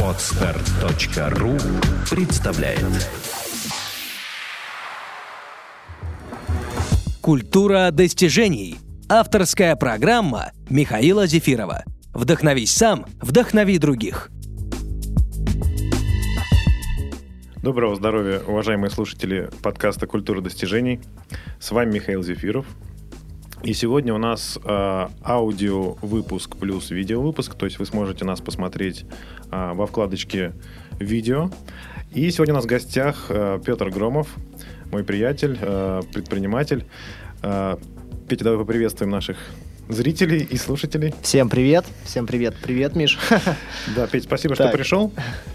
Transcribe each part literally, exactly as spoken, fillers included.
Подстер точка ру представляет. Культура достижений. Авторская программа Михаила Зефирова. Вдохновись сам, вдохнови других. Доброго здоровья, уважаемые слушатели подкаста «Культура достижений». С вами Михаил Зефиров. И сегодня у нас э, аудиовыпуск плюс видеовыпуск, то есть вы сможете нас посмотреть э, во вкладочке «Видео». И сегодня у нас в гостях э, Петр Громов, мой приятель, э, предприниматель. Э, Петя, давай поприветствуем наших зрителей и слушателей. Всем привет, всем привет, привет, Миш. Да, Петя, спасибо, что пришел.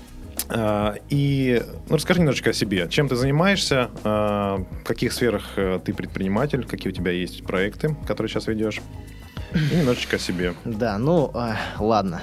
И ну, расскажи немножечко о себе. Чем ты занимаешься, в каких сферах ты предприниматель, какие у тебя есть проекты, которые сейчас ведешь, и немножечко о себе. Да, ну, э, ладно.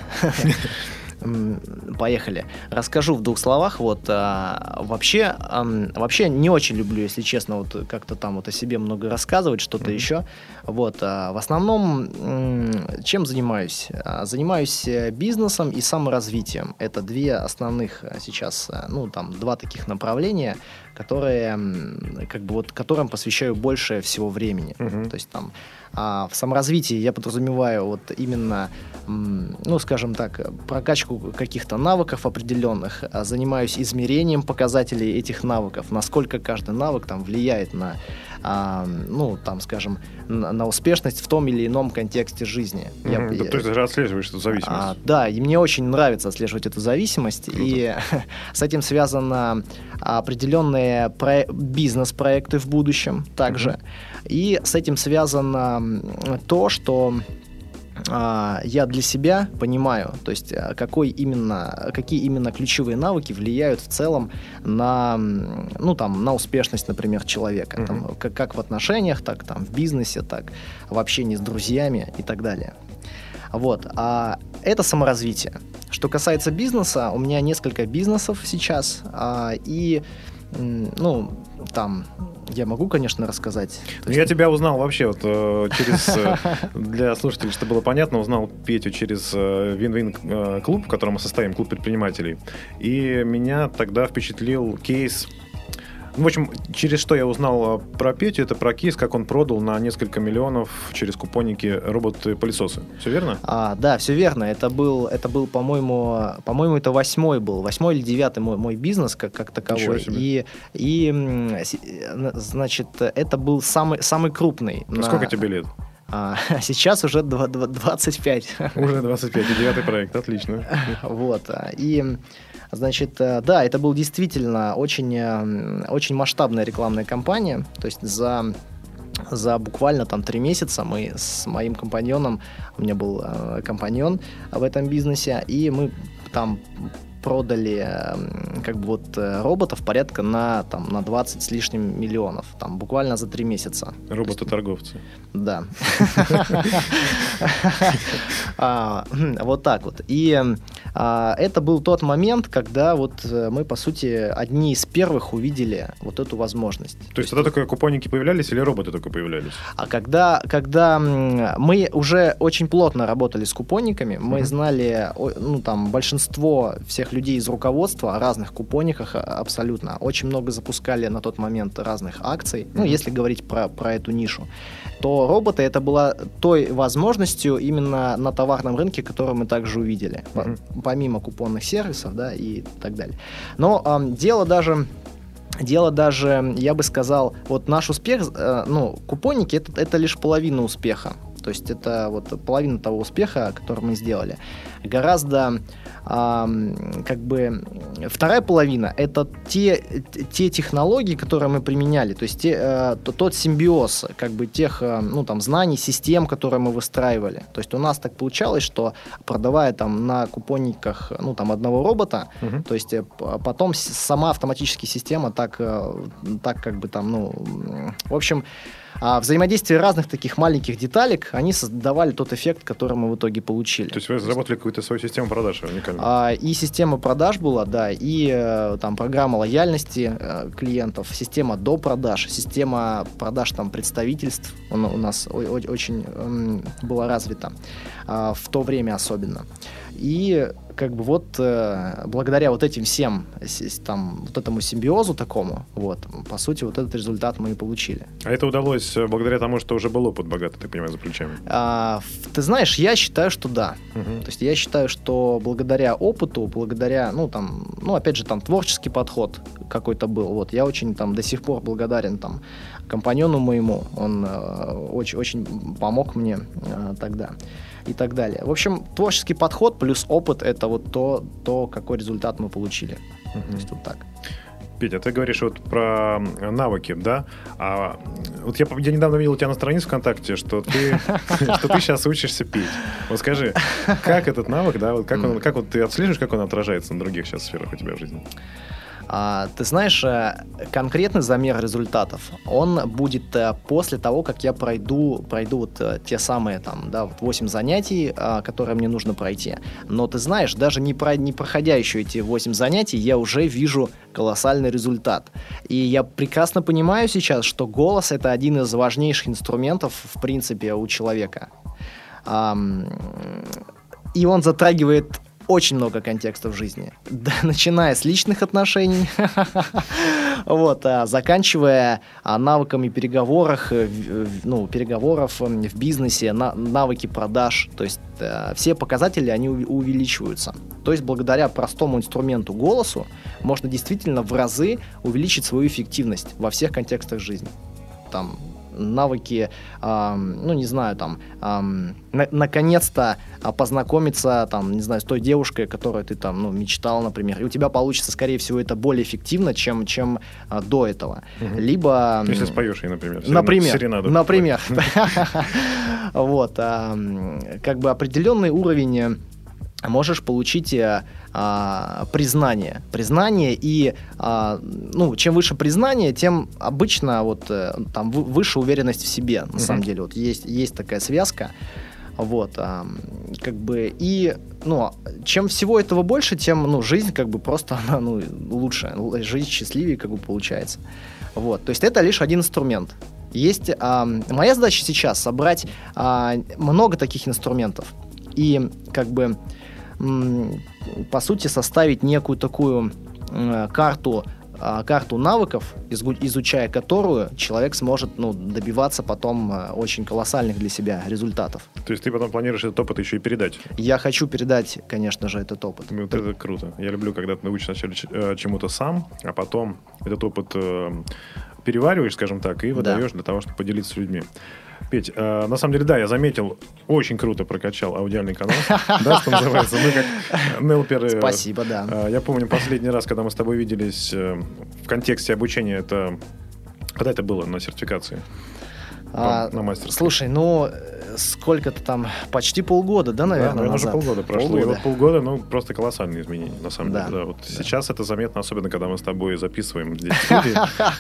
Поехали. Расскажу в двух словах. Вот а, вообще, а, вообще не очень люблю, если честно, вот как-то там вот о себе много рассказывать, что-то mm-hmm. еще. Вот. А, в основном м- чем занимаюсь? А, занимаюсь бизнесом и саморазвитием. Это две основных сейчас, ну там два таких направления, которые как бы вот которым посвящаю больше всего времени. Mm-hmm. То есть там а в саморазвитии я подразумеваю вот именно, ну, скажем так, прокачку каких-то навыков определенных, занимаюсь измерением показателей этих навыков, насколько каждый навык там влияет на, а, ну, там, скажем, на, на успешность в том или ином контексте жизни. Mm-hmm. Я, да, я, то есть ты же отслеживаешь эту зависимость. А, да, и мне очень нравится отслеживать эту зависимость, Круто. И с этим связаны определенные про- бизнес-проекты в будущем также. Mm-hmm. И с этим связано то, что а, я для себя понимаю, то есть какой именно, какие именно ключевые навыки влияют в целом на, ну, там, на успешность, например, человека. Mm-hmm. Там, как, как в отношениях, так там, в бизнесе, так в общении с друзьями и так далее. Вот. А это саморазвитие. Что касается бизнеса, у меня несколько бизнесов сейчас, а, и ну, там, я могу, конечно, рассказать. Ну, я тебя узнал вообще вот через, для слушателей, чтобы было понятно, узнал Петю через Win-Win клуб, в котором мы состоим, клуб предпринимателей. И меня тогда впечатлил кейс. Ну, в общем, через что я узнал про Петю, это про кейс, как он продал на несколько миллионов через купонники роботы-пылесосы. Все верно? А, да, все верно. Это был, это был, по-моему, по-моему, это восьмой был, восьмой или девятый мой, мой бизнес как, как таковой. И, и, значит, это был самый, самый крупный. А на... Сколько тебе лет? А, сейчас уже двадцать пять. Уже двадцать пять, и девятый проект, отлично. Вот, и... Значит, да, это был действительно очень, очень масштабная рекламная кампания. То есть за, за буквально там три месяца мы с моим компаньоном, у меня был э, компаньон в этом бизнесе, и мы там продали как бы вот роботов порядка на, там, на двадцать с лишним миллионов. Там буквально за три месяца. Роботы-торговцы. Да. Вот так вот. И это был тот момент, когда вот мы, по сути, одни из первых увидели вот эту возможность. То есть тогда только купонники появлялись или роботы только появлялись? А когда, когда мы уже очень плотно работали с купонниками, мы знали, ну, там, большинство всех людей из руководства о разных купониках абсолютно. Очень много запускали на тот момент разных акций. Mm-hmm. Ну, если говорить про, про эту нишу, то роботы это была той возможностью именно на товарном рынке, которую мы также увидели. Mm-hmm. Помимо купонных сервисов, да, и так далее. Но эм, дело даже... Дело даже, я бы сказал, вот наш успех, э, ну, купонники это, это лишь половина успеха. То есть это вот половина того успеха, который мы сделали. Гораздо а, как бы вторая половина — это те, те технологии, которые мы применяли, то есть те, а, тот симбиоз как бы тех, ну, там, знаний, систем, которые мы выстраивали. То есть у нас так получалось, что продавая там на купонниках, ну, там, одного робота, uh-huh. то есть потом сама автоматическая система так, так как бы там, ну, в общем, А взаимодействие разных таких маленьких деталек, они создавали тот эффект, который мы в итоге получили. То есть вы разработали какую-то свою систему продаж уникальную? А, и система продаж была, да, и там программа лояльности э, клиентов, система до продаж, система продаж там представительств у, у нас о- о- очень э, была развита э, в то время особенно. И как бы вот э, благодаря вот этим всем, там, вот этому симбиозу такому, вот, по сути, вот этот результат мы и получили. А это удалось благодаря тому, что уже был опыт богатый, ты понимаешь, за плечами? А, ты знаешь, я считаю, что да. Угу. То есть я считаю, что благодаря опыту, благодаря, ну, там, ну, опять же, там, творческий подход какой-то был, вот, я очень, там, до сих пор благодарен, там, компаньону моему, он э, очень, очень помог мне э, тогда. И так далее. В общем, творческий подход плюс опыт — это вот то, то какой результат мы получили. Uh-huh. То есть вот так. Петя, ты говоришь вот про навыки, да? А вот я, я недавно видел у тебя на странице ВКонтакте, что ты, что ты сейчас учишься петь. Вот скажи, как этот навык, да, вот как, он, как вот ты отслеживаешь, как он отражается на других сейчас сферах у тебя в жизни? А, ты знаешь, конкретный замер результатов, он будет после того, как я пройду, пройду вот те самые там, да, вот восемь занятий, которые мне нужно пройти. Но ты знаешь, даже не, про, не проходя еще эти восемь занятий, я уже вижу колоссальный результат. И я прекрасно понимаю сейчас, что голос — это один из важнейших инструментов, в принципе, у человека. И он затрагивает очень много контекстов жизни, да, начиная с личных отношений, вот, а, заканчивая а, навыками переговоров, ну, переговоров в бизнесе, на, навыки продаж, то есть а, все показатели, они увеличиваются. То есть благодаря простому инструменту голосу можно действительно в разы увеличить свою эффективность во всех контекстах жизни. Там навыки, э, ну, не знаю, там, э, на- наконец-то познакомиться, там, не знаю, с той девушкой, которой ты там, ну, мечтал, например, и у тебя получится, скорее всего, это более эффективно, чем, чем э, до этого. Угу. Либо... Если споешь ей, например. Например. Серенаду. Например. Вот. Как бы определенный уровень можешь получить а, признание. Признание и, а, ну, чем выше признание, тем обычно вот там выше уверенность в себе, на uh-huh. самом деле. Вот есть, есть такая связка. Вот, а, как бы, и, ну, чем всего этого больше, тем, ну, жизнь, как бы, просто, она, ну, лучше, жизнь счастливее, как бы, получается. Вот, то есть это лишь один инструмент. Есть, а, моя задача сейчас собрать а, много таких инструментов и, как бы, по сути, составить некую такую э, карту, э, карту навыков, изучая которую человек сможет, ну, добиваться потом э, очень колоссальных для себя результатов. То есть ты потом планируешь этот опыт еще и передать? Я хочу передать, конечно же, этот опыт. Вот это круто. Я люблю, когда ты научишься сначала чему-то сам, а потом этот опыт э, перевариваешь, скажем так, и выдаешь, да, для того, чтобы поделиться с людьми. Петь, э, на самом деле, да, я заметил, очень круто прокачал аудиальный канал, да, что называется, мы как нелперы. Спасибо, да. Э, я помню последний раз, когда мы с тобой виделись э, в контексте обучения, это, когда это было на сертификации? А, на мастерской. Слушай, ну, сколько-то там, почти полгода, да, наверное, да, наверное, назад? уже полгода прошло. Полгода. И вот полгода, ну, просто колоссальные изменения, на самом да. деле. Да, вот да. Сейчас это заметно, особенно, когда мы с тобой записываем здесь в студии.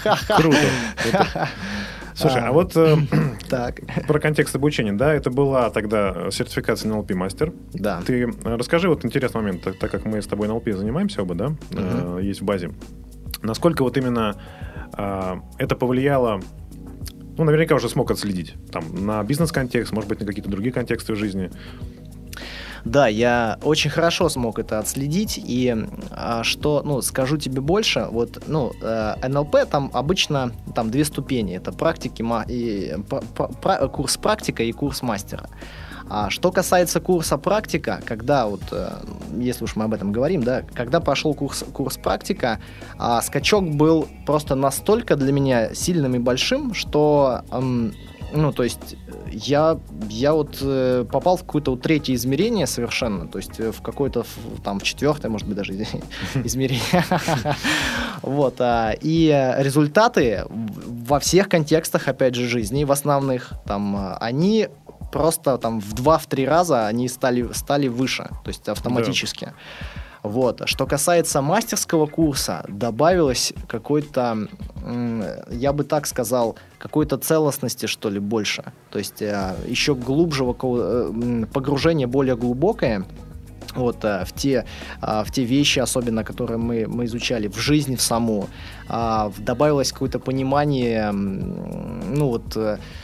Круто. Слушай, а вот про контекст обучения, да, это была тогда сертификация эн эл пи-мастер. Да. Ты расскажи вот интересный момент, так как мы с тобой эн эл пи занимаемся оба, да, есть в базе. Насколько вот именно это повлияло, ну, наверняка уже смог отследить там на бизнес-контекст, может быть, на какие-то другие контексты в жизни. Да, я очень хорошо смог это отследить, и а, что, ну, скажу тебе больше, вот, ну, э, эн эл пи там обычно там две ступени, это практики, и, пр, пр, курс практика и курс мастера. А что касается курса практика, когда вот, если уж мы об этом говорим, да, когда пошел курс, курс практика, а, скачок был просто настолько для меня сильным и большим, что, эм, ну, то есть я, я вот э, попал в какое-то вот третье измерение совершенно, то есть в какое-то в, там в четвертое, может быть, даже измерение. Вот, и результаты во всех контекстах, опять же, жизни, в основных, там, они просто там в два-три раза они стали, стали выше, то есть автоматически. Да. Вот. Что касается мастерского курса, добавилось какой-то, я бы так сказал, какой-то целостности, что ли, больше. То есть еще глубже, погружение более глубокое вот, в, те, в те вещи, особенно, которые мы, мы изучали, в жизнь в саму. Добавилось какое-то понимание, ну вот,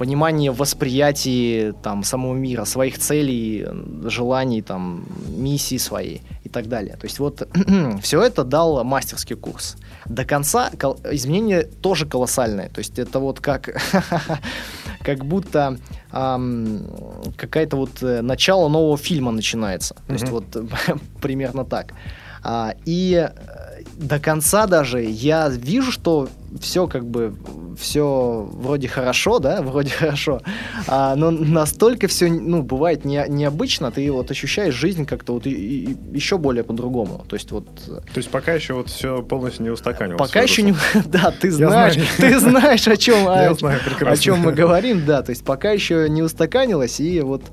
понимание восприятия там, самого мира, своих целей, желаний, там, миссии своей и так далее. То есть вот все это дал мастерский курс. До конца кол- изменения тоже колоссальные. То есть это вот как, как будто эм, какая-то вот начало нового фильма начинается. То есть вот примерно так. А, и до конца даже я вижу, что все как бы, все вроде хорошо, да, вроде хорошо, а, но настолько все, ну, бывает не, необычно, ты вот ощущаешь жизнь как-то вот и, и, еще более по-другому, то есть вот... То есть пока еще вот все полностью не устаканилось? Пока еще не... Да, ты знаешь, ты знаешь, о чем, о, знаю, о чем мы говорим, да, то есть пока еще не устаканилось, и вот...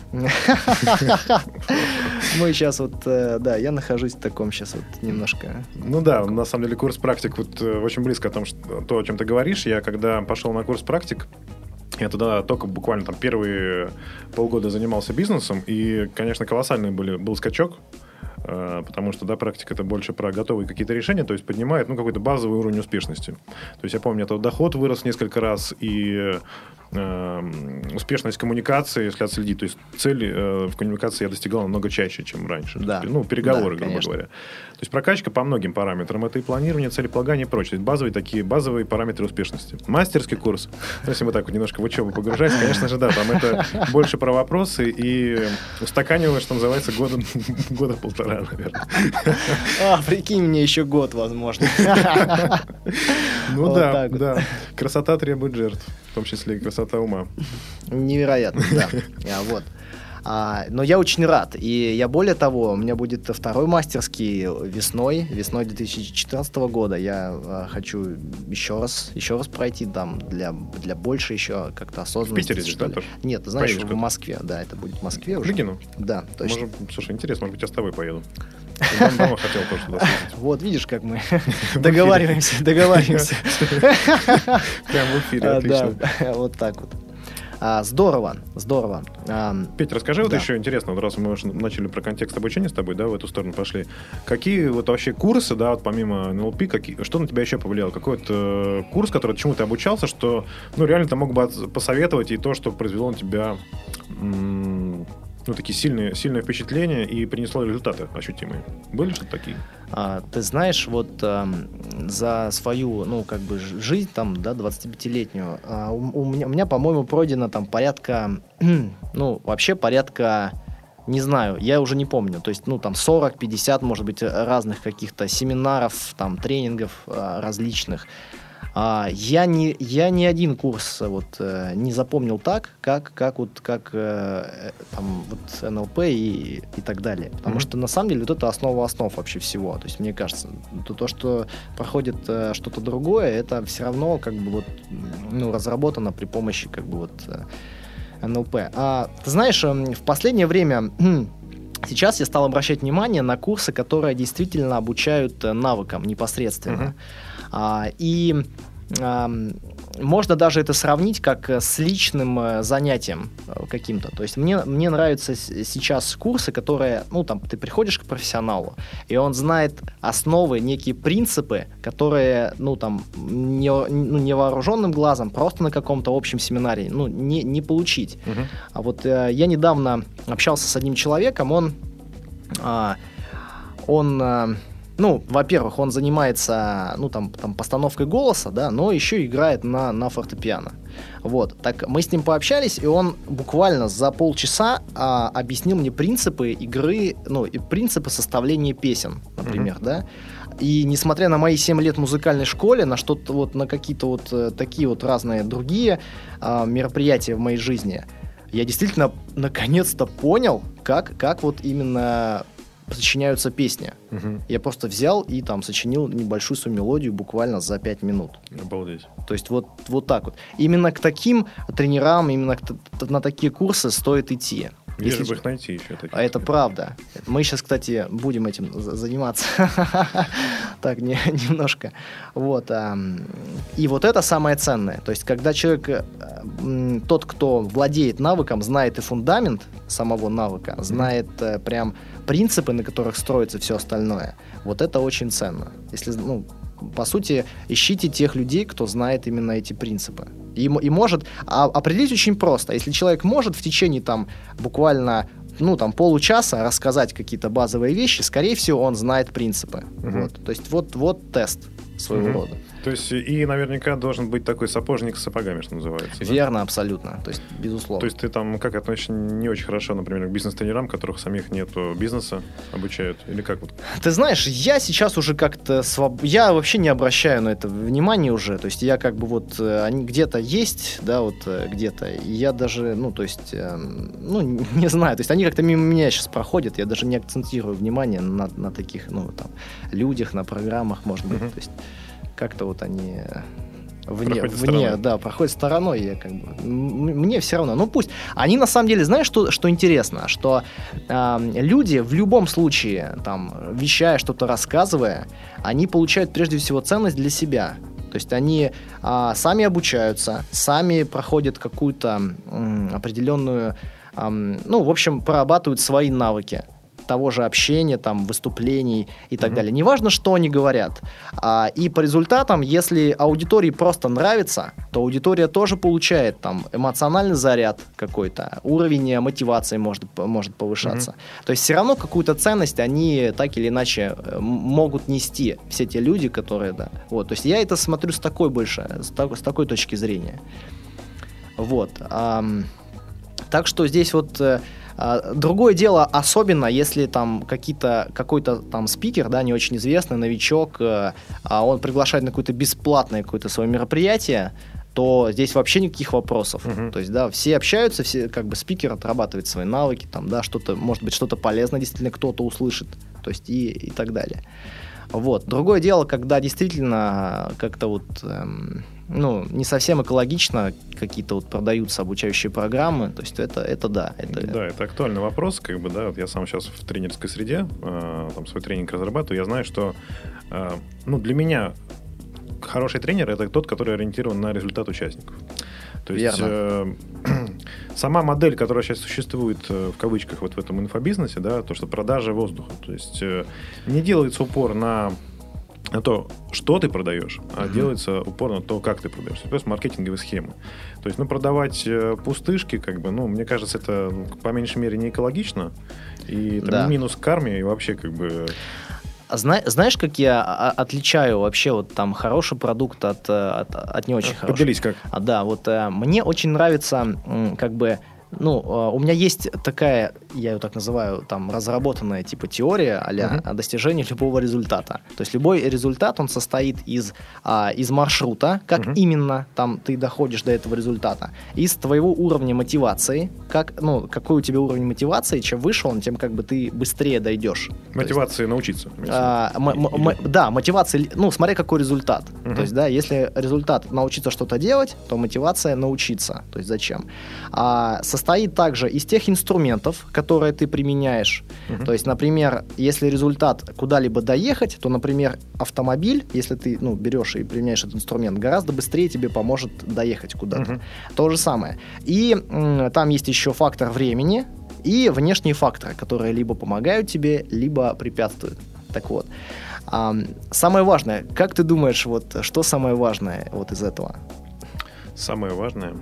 Мы сейчас вот, да, я нахожусь в таком сейчас вот немножко... Ну да, на самом деле курс практик вот очень близко о том, что, то, о чем ты говоришь. Я когда пошел на курс практик, я туда только буквально там первые полгода занимался бизнесом, и, конечно, колоссальный были, был скачок, потому что, да, практика — это больше про готовые какие-то решения, то есть поднимает, ну, какой-то базовый уровень успешности. То есть я помню, это доход вырос несколько раз, и э, успешность коммуникации, если отследить, то есть цели э, в коммуникации я достигал намного чаще, чем раньше. Да. Ну, переговоры, да, грубо конечно. говоря. То есть прокачка по многим параметрам. Это и планирование, целеполагание и прочее. Базовые такие, базовые параметры успешности. Мастерский курс, если мы так вот немножко в учебу погружаемся, конечно же, да, там это больше про вопросы, и устаканивалось, что называется, года, года полтора, наверное. А, прикинь, мне еще год, возможно. Ну да, да. Красота требует жертв, в том числе и красота ума. Невероятно, да. Вот. А, но я очень рад. И я, более того, у меня будет второй мастерский весной, весной две тысячи четырнадцатого года. Я а, хочу еще раз, еще раз пройти там для, для больше еще как-то осознанности. В Питере, что ли? Нет, ты знаешь, Поедешь в Москве. Да, это будет в Москве в уже. Лигину? Да, точно. Может, слушай, интересно, может быть, я с тобой поеду. Я давно хотел тоже туда съездить. Вот, видишь, как мы договариваемся, договариваемся. Прям в эфире, отлично. Да, вот так вот. А, здорово, здорово. А, Петь, расскажи, вот да. еще интересно, вот раз мы уже начали про контекст обучения с тобой, да, в эту сторону пошли. Какие вот вообще курсы, да, вот помимо эн эл пи, какие, что на тебя еще повлияло? Какой то курс, который чему ты обучался, что, ну, реально ты мог бы посоветовать, и то, что произвело на тебя, м- ну, такие сильные, сильные впечатления и принесло результаты ощутимые? Были что-то такие? А, ты знаешь, вот а, за свою, ну, как бы жизнь, там, да, двадцатипятилетнюю, а, у, у, меня, у меня, по-моему, пройдено там порядка, ну, вообще порядка, не знаю, я уже не помню, то есть, ну, там, сорок-пятьдесят, может быть, разных каких-то семинаров, там, тренингов а, различных. А, я, не, я ни один курс вот, э, не запомнил так, как, как, вот, как э, там, вот эн эл пи и, и так далее. Потому mm-hmm. что, на самом деле, вот это основа основ вообще всего. То есть, мне кажется, то, то что проходит э, что-то другое, это все равно как бы вот, ну, разработано при помощи как бы вот э, эн эл пи. А, ты знаешь, э, в последнее время... Сейчас я стал обращать внимание на курсы, которые действительно обучают навыкам непосредственно. Uh-huh. А, и а, можно даже это сравнить как с личным занятием каким-то. То есть мне, мне нравятся сейчас курсы, которые, ну, там, ты приходишь к профессионалу, и он знает основы, некие принципы, которые, ну, там, не, ну, невооруженным глазом, просто на каком-то общем семинаре, ну, не, не получить. Uh-huh. А вот э, я недавно общался с одним человеком, он, э, он э, ну, во-первых, он занимается, ну, там, там, постановкой голоса, да, но еще играет на, на фортепиано. Вот, так мы с ним пообщались, и он буквально за полчаса а, объяснил мне принципы игры, ну, и принципы составления песен, например, mm-hmm. да. И несмотря на мои семь лет в музыкальной школе, на что-то вот, на какие-то вот э, такие вот разные другие э, мероприятия в моей жизни, я действительно наконец-то понял, как, как вот именно сочиняются песни. Угу. Я просто взял и там сочинил небольшую свою мелодию буквально за пять минут. Обалдеть. То есть вот, вот так вот. Именно к таким тренерам, именно к, на такие курсы стоит идти. Лишь бы их найти еще. Такие. А это правда. Мы сейчас, кстати, будем этим заниматься. Так, немножко. Вот. И вот это самое ценное. То есть, когда человек, тот, кто владеет навыком, знает и фундамент самого навыка, знает прям принципы, на которых строится все остальное, вот это очень ценно. Если, ну, по сути, ищите тех людей, кто знает именно эти принципы. И, и может а, определить очень просто. Если человек может в течение там буквально ну, там, получаса рассказать какие-то базовые вещи, скорее всего, он знает принципы. Uh-huh. Вот. То есть вот, вот тест своего uh-huh. рода. То есть и наверняка должен быть такой сапожник с сапогами, что называется. Верно, да? Абсолютно. То есть, безусловно. То есть ты там как относишься не очень хорошо, например, к бизнес-тренерам, которых самих нет бизнеса, обучают? Или как вот? Ты знаешь, я сейчас уже как-то... Своб... Я вообще не обращаю на это внимания уже. То есть я как бы вот... Они где-то есть, да, вот где-то. И я даже, ну, то есть... Ну, не знаю. То есть они как-то мимо меня сейчас проходят. Я даже не акцентирую внимание на, на таких, ну, там, людях, на программах, может быть. Uh-huh. То есть как-то вот они вне, вне да, проходят стороной. Я как бы, мне все равно. Ну пусть. Они на самом деле, знаешь, что, что интересно? Что э, люди в любом случае, там, вещая, что-то рассказывая, они получают прежде всего ценность для себя. То есть они э, сами обучаются, сами проходят какую-то э, определенную, э, ну, в общем, прорабатывают свои навыки того же общения, там, выступлений и так mm-hmm. далее. Неважно, что они говорят. А, и по результатам, если аудитории просто нравится, то аудитория тоже получает там эмоциональный заряд какой-то, уровень мотивации может, может повышаться. Mm-hmm. То есть все равно какую-то ценность они так или иначе могут нести, все те люди, которые, да. Вот. То есть я это смотрю с такой больше, с, так, с такой точки зрения. Вот. А, так что здесь вот... Другое дело, особенно если там какие-то, какой-то там спикер, да, не очень известный, новичок, а он приглашает на какое-то бесплатное какое-то свое мероприятие, то здесь вообще никаких вопросов. Uh-huh. То есть, да, все общаются, все, как бы спикер отрабатывает свои навыки, там, да, что-то, может быть, что-то полезное действительно кто-то услышит, то есть и, и так далее. Вот. Другое дело, когда действительно как-то вот, эм, ну, не совсем экологично какие-то вот продаются обучающие программы, то есть это, это да. Это... Да, это актуальный вопрос, как бы, да, вот я сам сейчас в тренерской среде, э, там свой тренинг разрабатываю, я знаю, что, э, ну, для меня хороший тренер — это тот, который ориентирован на результат участников. То есть э, сама модель, которая сейчас существует э, в кавычках вот в этом инфобизнесе, да, то, что продажа воздуха, то есть э, не делается упор на, на то, что ты продаешь, а uh-huh. делается упор на то, как ты продаешь. То есть маркетинговые схемы. То есть, ну, продавать э, пустышки, как бы, ну, мне кажется, это по меньшей мере не экологично, и там, да. минус к карме, и вообще как бы... Зна- знаешь, как я отличаю вообще вот там хороший продукт от, от, от не очень хорошего? Поделись как. А, да, вот мне очень нравится как бы, ну, у меня есть такая, я ее так называю, там, разработанная типа теория а-ля uh-huh. достижения любого результата. То есть любой результат, он состоит из, а, из маршрута, как uh-huh. именно там ты доходишь до этого результата, из твоего уровня мотивации, как, ну, какой у тебя уровень мотивации, чем выше он, тем как бы ты быстрее дойдешь. Мотивация есть, научиться. А, м- м- м- да, мотивация, ну, смотри, какой результат. Uh-huh. То есть, да, если результат научиться что-то делать, то мотивация научиться. То есть зачем? А, состоит также из тех инструментов, которые ты применяешь. Uh-huh. То есть, например, если результат куда-либо доехать, то, например, автомобиль, если ты, ну, берешь и применяешь этот инструмент, гораздо быстрее тебе поможет доехать куда-то. Uh-huh. То же самое. И м- там есть еще фактор времени и внешние факторы, которые либо помогают тебе, либо препятствуют. Так вот, а, самое важное, как ты думаешь, вот что самое важное вот из этого? Самое важное...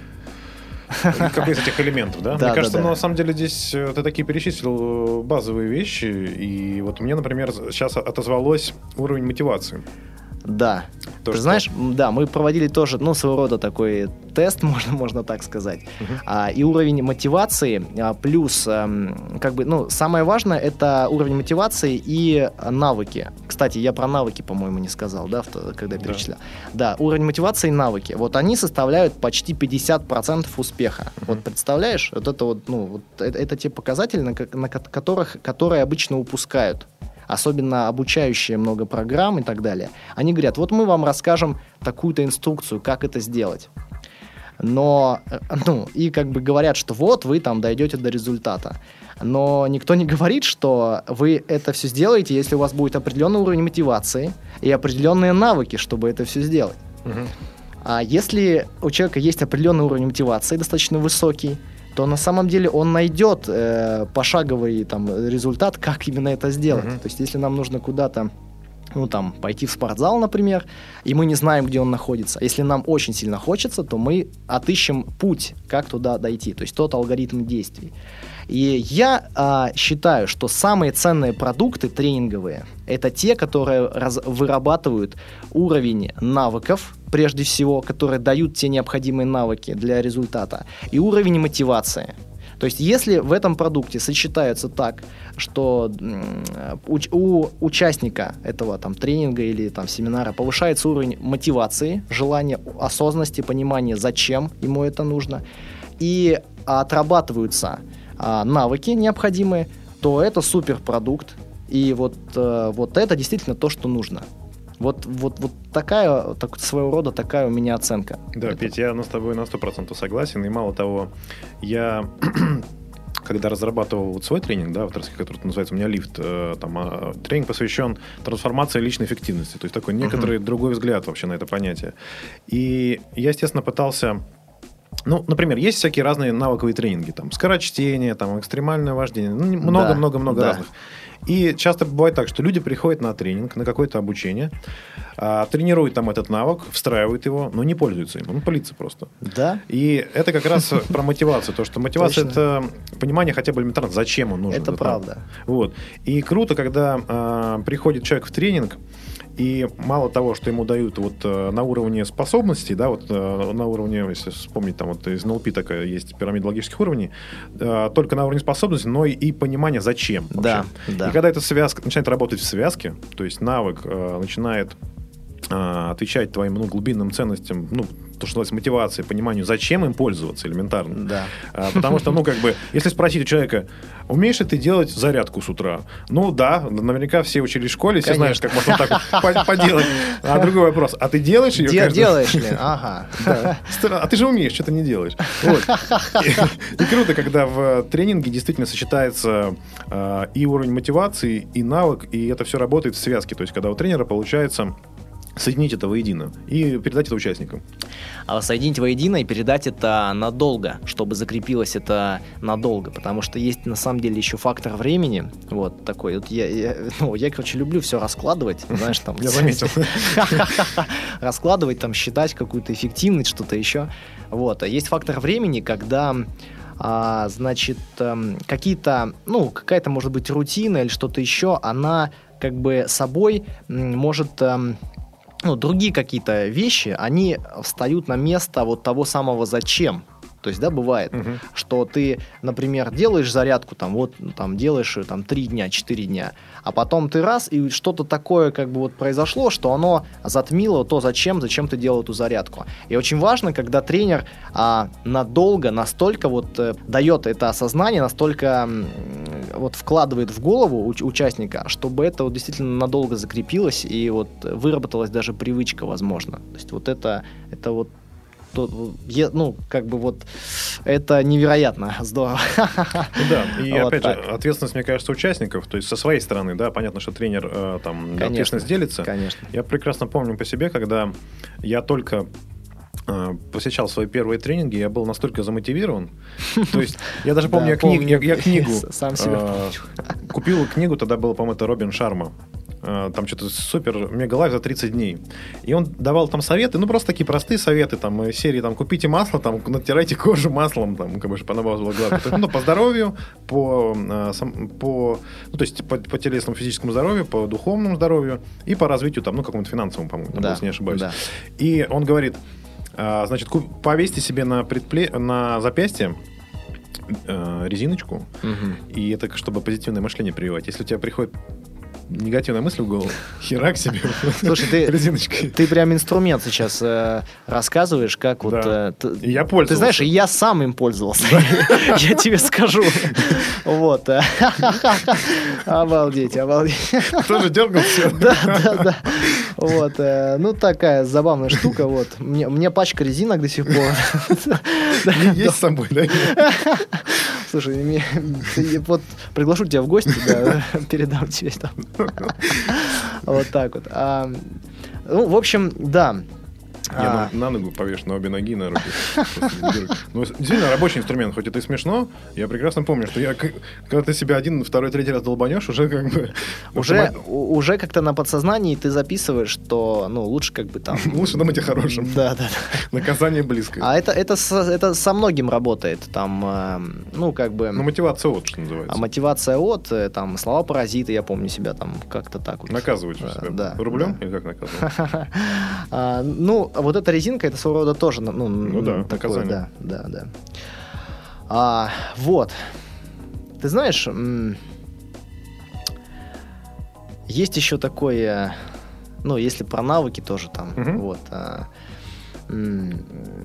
Какой из этих элементов, да? да Мне кажется, да, да. на самом деле здесь ты такие перечислил базовые вещи, и вот мне, например, сейчас отозвалось уровень мотивации. Да. То, Ты что... знаешь, да, мы проводили тоже, ну, своего рода такой тест, можно, можно так сказать. Uh-huh. А, и уровень мотивации а, плюс, а, как бы, ну, самое важное — это уровень мотивации и навыки. Кстати, я про навыки, по-моему, не сказал, да, когда перечислял. Да. да, уровень мотивации и навыки. Вот они составляют почти пятьдесят процентов успеха. Uh-huh. Вот представляешь, вот это вот, ну, вот это, это те показатели, на, на которых, которые обычно упускают. Особенно обучающие много программ и так далее. Они говорят, вот мы вам расскажем такую-то инструкцию, как это сделать. Но, ну, и как бы говорят, что вот вы там дойдете до результата. Но никто не говорит, что вы это все сделаете, если у вас будет определенный уровень мотивации и определенные навыки, чтобы это все сделать. Угу. А если у человека есть определенный уровень мотивации, достаточно высокий, то на самом деле он найдет э, пошаговый там результат, как именно это сделать. Uh-huh. То есть, если нам нужно куда-то ну, там, пойти в спортзал, например, и мы не знаем, где он находится. Если нам очень сильно хочется, то мы отыщем путь, как туда дойти, то есть тот алгоритм действий. И я а, считаю, что самые ценные продукты тренинговые – это те, которые раз, вырабатывают уровень навыков, прежде всего, которые дают те необходимые навыки для результата, и уровень мотивации. То есть, если в этом продукте сочетаются так, что у, у участника этого там, тренинга или там, семинара повышается уровень мотивации, желания, осознанности, понимания, зачем ему это нужно, и отрабатываются а, навыки необходимые, то это суперпродукт. И вот, а, вот это действительно то, что нужно. Вот, вот, вот такая, так, своего рода такая у меня оценка. Да, это... Петь, я с тобой на сто процентов согласен. И мало того, я, когда разрабатывал вот свой тренинг, да, авторский, который называется у меня «Лифт», э, там, э, тренинг посвящен трансформации личной эффективности. То есть такой некоторый uh-huh. другой взгляд вообще на это понятие. И я, естественно, пытался... Ну, например, есть всякие разные навыковые тренинги. Там, скорочтение, там, экстремальное вождение. Ну, много-много-много да, разных. Да. И часто бывает так, что люди приходят на тренинг, на какое-то обучение, а, тренируют там этот навык, встраивают его, но не пользуются им, он пылится просто. Да. И это как раз про мотивацию, то, что мотивация – это понимание хотя бы элементарно, зачем он нужен. Это правда. Вот. И круто, когда а, приходит человек в тренинг, и мало того, что ему дают вот э, на уровне способностей, да, вот э, на уровне, если вспомнить, там вот из эн эл пи такая есть пирамида логических уровней, э, только на уровне способностей, но и, и понимание, зачем вообще. Да, да. И когда эта связка начинает работать в связке, то есть навык э, начинает э, отвечать твоим ну, глубинным ценностям, ну, то, что называется мотивацией, пониманию, зачем им пользоваться элементарно. Да. А, потому что, ну, как бы, если спросить у человека, умеешь ли ты делать зарядку с утра? Ну, да, наверняка все учились в школе, все знаешь, как можно так вот поделать. А другой вопрос, а ты делаешь ее? Де- делаешь ли? Ага. Да. А ты же умеешь, что-то не делаешь. Вот. И, и круто, когда в тренинге действительно сочетается э, и уровень мотивации, и навык, и это все работает в связке. То есть, когда у тренера получается соединить это воедино и передать это участникам. А соединить воедино и передать это надолго, чтобы закрепилось это надолго, потому что есть на самом деле еще фактор времени, вот такой. Вот я, я, ну, я, короче, люблю все раскладывать, знаешь, там... Я заметил. Раскладывать, там, считать какую-то эффективность, что-то еще. Вот. А есть фактор времени, когда... А, значит, какие-то, ну, какая-то, может быть, рутина или что-то еще, она как бы собой может... Ну, другие какие-то вещи, они встают на место вот того самого «зачем». То есть, да, бывает, uh-huh. что ты, например, делаешь зарядку, там, вот, там, делаешь ее, там, три дня, четыре дня, а потом ты раз, и что-то такое, как бы, вот произошло, что оно затмило то, зачем, зачем ты делал эту зарядку. И очень важно, когда тренер а, надолго, настолько вот э, дает это осознание, настолько м, вот вкладывает в голову уч- участника, чтобы это вот действительно надолго закрепилось и вот выработалась даже привычка, возможно. То есть, вот это, это вот ну, как бы вот это невероятно здорово. Ну да, и вот опять так. же, ответственность, мне кажется, участников, то есть со своей стороны, да, понятно, что тренер э, там конечно, ответственность делится. Конечно. Я прекрасно помню по себе, когда я только э, посещал свои первые тренинги, я был настолько замотивирован, то есть я даже помню, я книгу купил книгу, тогда было, по-моему, это Робин Шарма. Там что-то супер мега-лайф за тридцать дней. И он давал там советы, ну просто такие простые советы, там, серии, там, купите масло, там, натирайте кожу маслом, там, как бы, чтобы она была гладкая. Ну, по здоровью, по, по, ну, то есть, по, по телесному, физическому здоровью, по духовному здоровью и по развитию, там, ну, какому-то финансовому, по-моему, там, да, если не ошибаюсь. Да. И он говорит, значит, повесьте себе на, предпле... на запястье резиночку, угу. И это чтобы позитивное мышление прививать. Если у тебя приходит негативная мысль в голову, херак себе. Слушай, ты, резиночкой. Ты прям инструмент сейчас э, рассказываешь, как вот... Да. Э, ты, я пользовался. Ты знаешь, я сам им пользовался. Я тебе скажу. Вот. Обалдеть, обалдеть. Тоже дергался? Да, да, да. Вот. Ну, такая забавная штука. Вот. Мне пачка резинок до сих пор. Есть с собой, да? Слушай, вот приглашу тебя в гости, да, передам тебе там. Вот так вот. А, ну, в общем, да. Я а... на, на ногу повешу, на обе ноги, на руки. Ну, действительно, рабочий инструмент, хоть это и смешно, я прекрасно помню, что я, когда ты себя один, второй, третий раз долбанешь, уже как бы... Уже, уже как-то на подсознании ты записываешь, что, ну, лучше как бы там... Лучше думать о хорошем. Да, да. Наказание близкое. А это, это, это со многим работает, там, ну, как бы... Ну, мотивация от, что называется. А мотивация от, там, слова паразиты, я помню себя там как-то так вот. Наказывать себя. Да. Рублем или как наказывать? Ну, вот эта резинка, это своего рода тоже, ну, ну да, такое, да, да, да. А, вот. Ты знаешь, м- есть еще такое, ну, если про навыки тоже там, uh-huh. вот. А, м-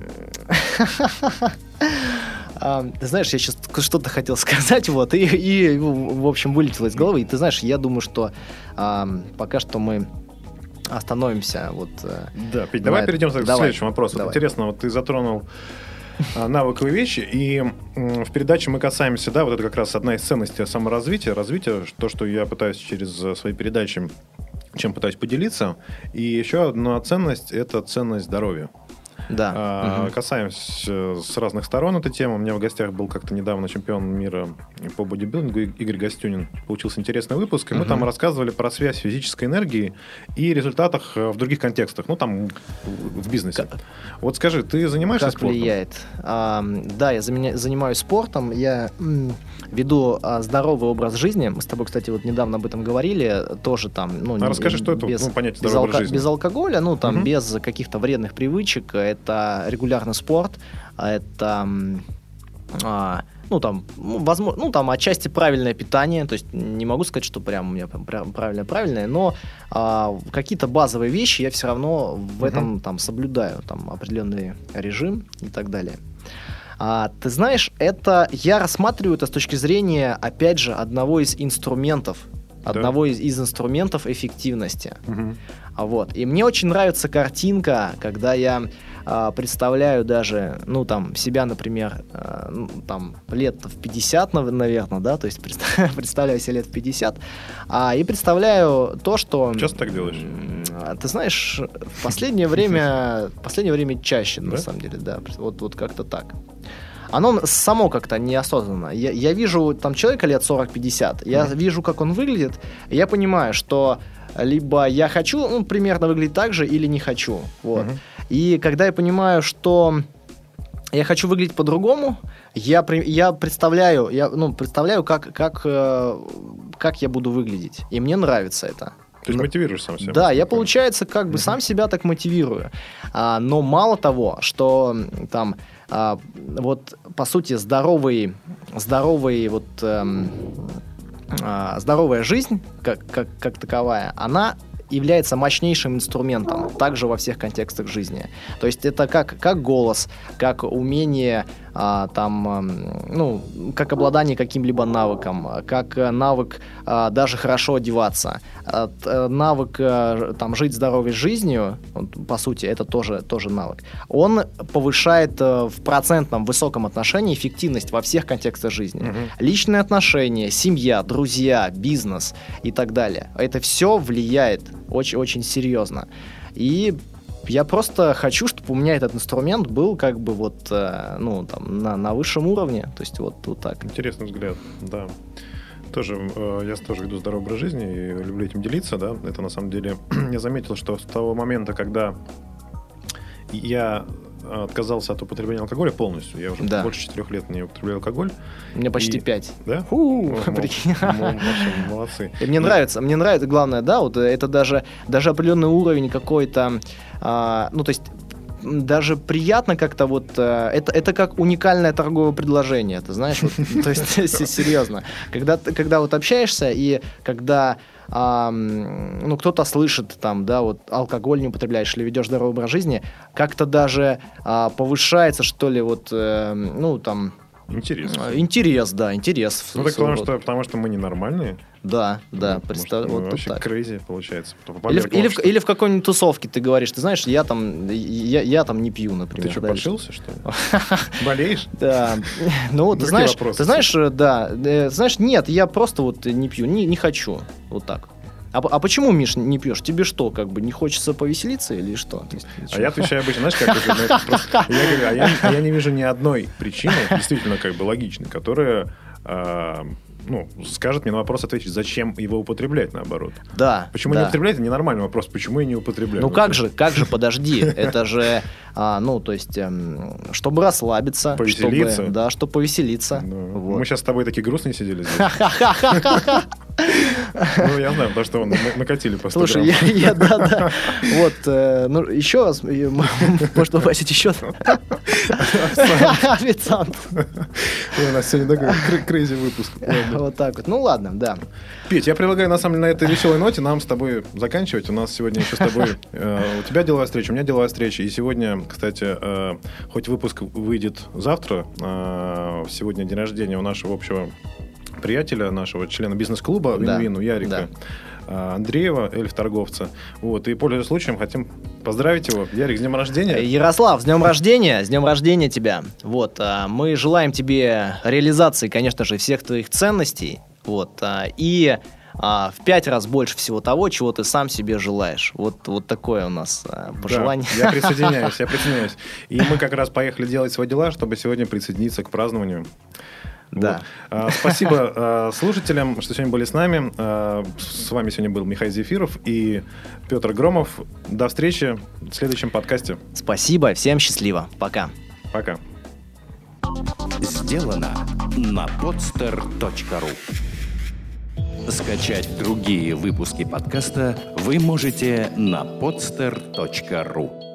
а, ты знаешь, я сейчас что-то хотел сказать, вот, и, и, в общем, вылетело из головы. И ты знаешь, я думаю, что а, пока что мы остановимся. Вот, да, Петь, давай перейдем к давай, следующему вопросу. Давай. Интересно, вот ты затронул навыковые вещи, и в передаче мы касаемся, да, вот это как раз одна из ценностей саморазвития, развития, то, что я пытаюсь через свои передачи, чем пытаюсь поделиться. И еще одна ценность – это ценность здоровья. Да. А, угу. Касаемся с разных сторон этой темы. У меня в гостях был как-то недавно чемпион мира по бодибилдингу Игорь Гостюнин. Получился интересный выпуск, и мы угу. там рассказывали про связь физической энергии и результатах в других контекстах, ну там в бизнесе. Как? Вот скажи, ты занимаешься как спортом? Как влияет? А, да, я занимаюсь спортом, я м, веду а, здоровый образ жизни. Мы с тобой, кстати, вот недавно об этом говорили, тоже там... Ну, а не, расскажи, что это, без, ну, понятие без, здорового алко- жизни. без алкоголя, ну там угу. без каких-то вредных привычек. Это регулярный спорт, это, а, ну, там, возможно, ну, там, отчасти правильное питание, то есть не могу сказать, что прям у меня прям правильное-правильное, но а, какие-то базовые вещи я все равно в этом, там, соблюдаю, там, определенный режим и так далее. А, ты знаешь, это, я рассматриваю это с точки зрения, опять же, одного из инструментов, одного да. из, из инструментов эффективности. Угу. А вот. И мне очень нравится картинка, когда я а, представляю даже, ну, там, себя, например, а, ну, там, лет в пятьдесят, наверное, да, то есть представляю себя лет в пятьдесят, а, и представляю то, что... Часто так делаешь? Ты знаешь, в последнее время, в последнее время чаще, на самом деле, да, вот, вот как-то так. Оно само как-то неосознанно. Я, я вижу там человека лет сорок-пятьдесят, я mm-hmm. вижу, как он выглядит, и я понимаю, что либо я хочу, ну, примерно выглядеть так же, или не хочу. Вот. Mm-hmm. И когда я понимаю, что я хочу выглядеть по-другому, я, я представляю, я, ну, представляю, как, как, э, как я буду выглядеть. И мне нравится это. То есть мотивируешь сам себя? Да, я, получается, как бы mm-hmm. сам себя так мотивирую. А, но мало того, что там... А, вот, по сути, здоровый, здоровый, вот, эм, а, здоровая жизнь, как, как, как таковая, она является мощнейшим инструментом, также во всех контекстах жизни. То есть это как, как голос, как умение, а, там, а, ну, как обладание каким-либо навыком, как навык а, даже хорошо одеваться, а, навык а, там, жить здоровой жизнью, по сути, это тоже, тоже навык. Он повышает а, в процентном высоком отношении эффективность во всех контекстах жизни. Угу. Личные отношения, семья, друзья, бизнес и так далее. Это все влияет очень-очень серьезно. И я просто хочу, чтобы у меня этот инструмент был как бы вот, э, ну, там, на, на высшем уровне. То есть вот, вот так. Интересный взгляд, да. Тоже, э, я тоже веду здоровый образ жизни и люблю этим делиться, да. Это на самом деле, я заметил, что с того момента, когда я отказался от употребления алкоголя полностью. Я уже да. больше четырех лет не употребляю алкоголь. Мне почти пять. Да? Фу, молодцы. И мне нравится, мне нравится, главное, да, вот это даже, даже определенный уровень какой-то, а, ну, то есть даже приятно как-то вот, это, это как уникальное торговое предложение, ты знаешь, вот, то есть серьезно. Когда, когда вот общаешься и когда А, ну, кто-то слышит, там, да, вот алкоголь не употребляешь или ведешь здоровый образ жизни, как-то даже а, повышается, что ли, вот, э, ну, там... Интерес. Интерес, да, интерес. Ну, так потому что, потому что мы ненормальные. Да, да, представь, вот вообще так. Crazy получается. Или, в, или, в, или в какой-нибудь тусовке ты говоришь, ты знаешь, я там, я, я там не пью, например. Ты что, подшился, что ли? Болеешь? Да. Ну, ты знаешь, ты знаешь, да, знаешь, нет, я просто вот не пью, не, не хочу, вот так. А, а почему, Миш, не пьешь? Тебе что, как бы не хочется повеселиться или что? То есть, а я отвечаю обычно, знаешь, как уже, ну, просто, я говорю, а я, а я не вижу ни одной причины, действительно, как бы логичной, которая э, ну, скажет мне на вопрос ответить, зачем его употреблять, наоборот. Да. Почему да. не употребляет, это ненормальный вопрос. Почему я не употребляю? Ну как же, как же, подожди, это же, а, ну, то есть, эм, чтобы расслабиться, повеселиться. Чтобы, да, чтобы повеселиться. Да. Вот. Мы сейчас с тобой такие грустные сидели здесь. Ну, я знаю, потому что он накатили по сто грамм. Слушай, я, я, да, да. Вот, э, ну, еще раз, может попросить еще? Официант. У нас сегодня такой крейзи выпуск. Вот так вот. Ну, ладно, да. Петь, я предлагаю, на самом деле, на этой веселой ноте нам с тобой заканчивать. У нас сегодня еще с тобой... У тебя деловая встреча, у меня деловая встреча. И сегодня, кстати, хоть выпуск выйдет завтра, сегодня день рождения у нашего общего приятеля, нашего члена бизнес-клуба Вин-Вин, у Ярика да. Андреева, эльф-торговца. Вот, и, пользуясь случаем, хотим поздравить его. Ярик, с днем рождения. Ярослав, с днем рождения, с днем рождения тебя. Вот, мы желаем тебе реализации, конечно же, всех твоих ценностей. Вот, и в пять раз больше всего того, чего ты сам себе желаешь. Вот, вот такое у нас пожелание. Да, я присоединяюсь, я присоединяюсь. И мы как раз поехали делать свои дела, чтобы сегодня присоединиться к празднованию. Да. Вот. А, спасибо а, слушателям, что сегодня были с нами. А, с вами сегодня был Михаил Зефиров и Петр Громов. До встречи в следующем подкасте. Спасибо, всем счастливо. Пока. Пока. Сделано на podster точка ру. Скачать другие выпуски подкаста вы можете на podster точка ру.